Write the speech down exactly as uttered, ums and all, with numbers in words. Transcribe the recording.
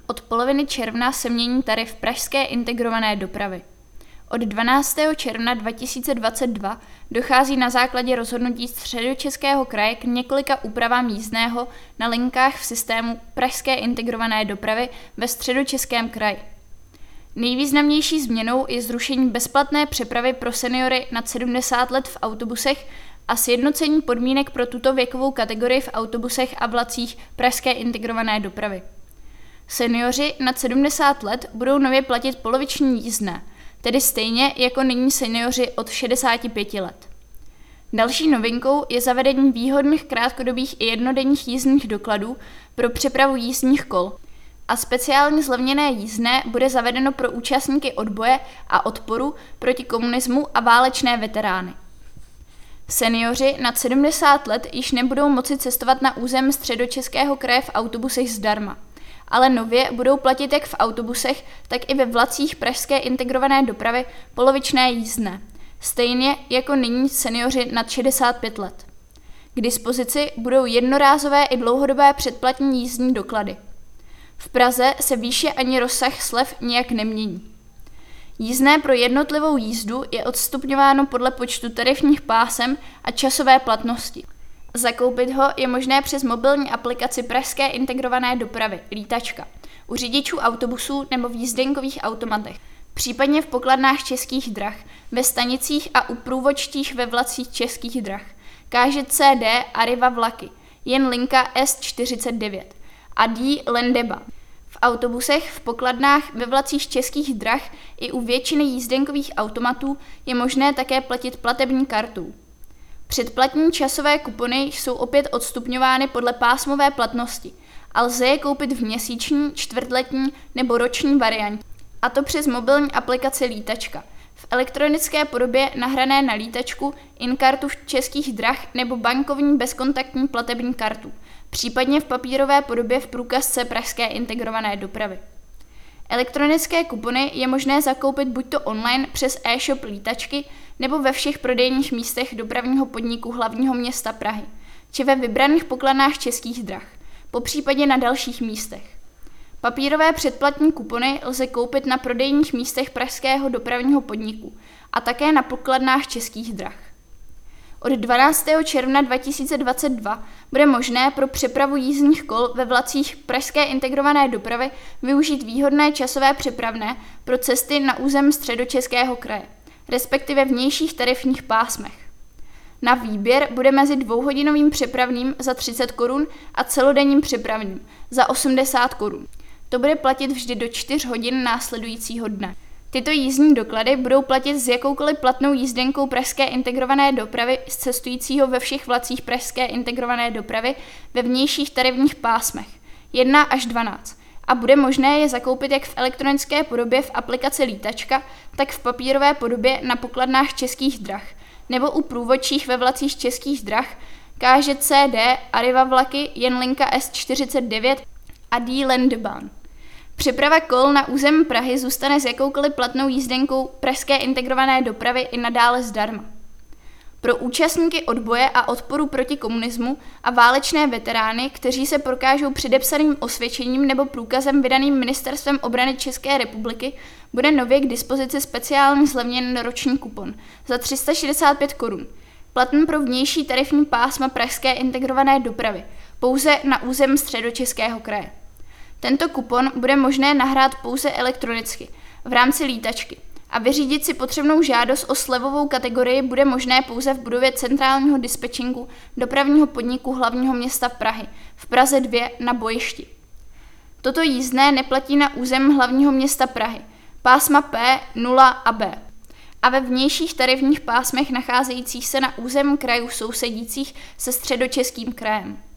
Od poloviny června se mění tarif pražské integrované dopravy. Od dvanáctého června dva tisíce dvacet dva dochází na základě rozhodnutí Středočeského kraje k několika úpravám jízdného na linkách v systému pražské integrované dopravy ve Středočeském kraji. Nejvýznamnější změnou je zrušení bezplatné přepravy pro seniory nad sedmdesát let v autobusech a sjednocení podmínek pro tuto věkovou kategorii v autobusech a vlacích pražské integrované dopravy. Seniori nad sedmdesát let budou nově platit poloviční jízdné, tedy stejně jako nyní seniori od šedesáti pěti let. Další novinkou je zavedení výhodných krátkodobých i jednodenních jízdních dokladů pro přepravu jízdních kol a speciálně zlevněné jízdné bude zavedeno pro účastníky odboje a odporu proti komunismu a válečné veterány. Seniori nad sedmdesát let již nebudou moci cestovat na území Středočeského kraje v autobusech zdarma, ale nově budou platit jak v autobusech, tak i ve vlacích pražské integrované dopravy polovičné jízdné, stejně jako nyní seniori nad šedesát pět let. K dispozici budou jednorázové i dlouhodobé předplatní jízdní doklady. V Praze se výše ani rozsah slev nijak nemění. Jízdné pro jednotlivou jízdu je odstupňováno podle počtu tarifních pásem a časové platnosti. Zakoupit ho je možné přes mobilní aplikaci pražské integrované dopravy Lítačka, u řidičů autobusů nebo v jízdenkových automatech, případně v pokladnách Českých drah, ve stanicích a u průvodčích ve vlacích Českých drah, K Ž C D Arriva vlaky, jen linka S čtyřicet devět a D Lendeba. V autobusech, v pokladnách, ve vlacích Českých drah i u většiny jízdenkových automatů je možné také platit platební kartou. Předplatní časové kupony jsou opět odstupňovány podle pásmové platnosti a lze je koupit v měsíční, čtvrtletní nebo roční variantě, a to přes mobilní aplikaci Lítačka, v elektronické podobě nahrané na lítačku, inkartu v Českých drah nebo bankovní bezkontaktní platební kartu, případně v papírové podobě v průkazce pražské integrované dopravy. Elektronické kupony je možné zakoupit buďto online přes e-shop Lítačky nebo ve všech prodejních místech dopravního podniku hlavního města Prahy, či ve vybraných pokladnách Českých drah, popřípadě na dalších místech. Papírové předplatní kupony lze koupit na prodejních místech pražského dopravního podniku a také na pokladnách Českých drah. Od dvanáctého června dva tisíce dvacet dva bude možné pro přepravu jízdních kol ve vlacích pražské integrované dopravy využít výhodné časové přepravné pro cesty na území Středočeského kraje, respektive vnějších tarifních pásmech. Na výběr bude mezi dvouhodinovým přepravným za třicet korun a celodenním přepravním za osmdesát korun. To bude platit vždy do čtyř hodin následujícího dne. Tyto jízdní doklady budou platit s jakoukoliv platnou jízdenkou pražské integrované dopravy z cestujícího ve všech vlacích pražské integrované dopravy ve vnějších tarifních pásmech jedna až dvanáct a bude možné je zakoupit jak v elektronické podobě v aplikaci Lítačka, tak v papírové podobě na pokladnách Českých drah nebo u průvodčích ve vlacích Českých drah K Ž C D Arriva vlaky, jen linka S čtyřicet devět a D Lendebahn. Přeprava kol na území Prahy zůstane s jakoukoliv platnou jízdenkou pražské integrované dopravy i nadále zdarma. Pro účastníky odboje a odporu proti komunismu a válečné veterány, kteří se prokážou předepsaným osvědčením nebo průkazem vydaným Ministerstvem obrany České republiky, bude nově k dispozici speciálně zlevněný roční kupon za tři sta šedesát pět korun, platný pro vnější tarifní pásma pražské integrované dopravy, pouze na území Středočeského kraje. Tento kupon bude možné nahrát pouze elektronicky v rámci Lítačky a vyřídit si potřebnou žádost o slevovou kategorii bude možné pouze v budově centrálního dispečingu dopravního podniku hlavního města Prahy v Praze dva na bojišti. Toto jízdné neplatí na území hlavního města Prahy, pásma P, nula a B a ve vnějších tarifních pásmech nacházejících se na území krajů sousedících se Středočeským krajem.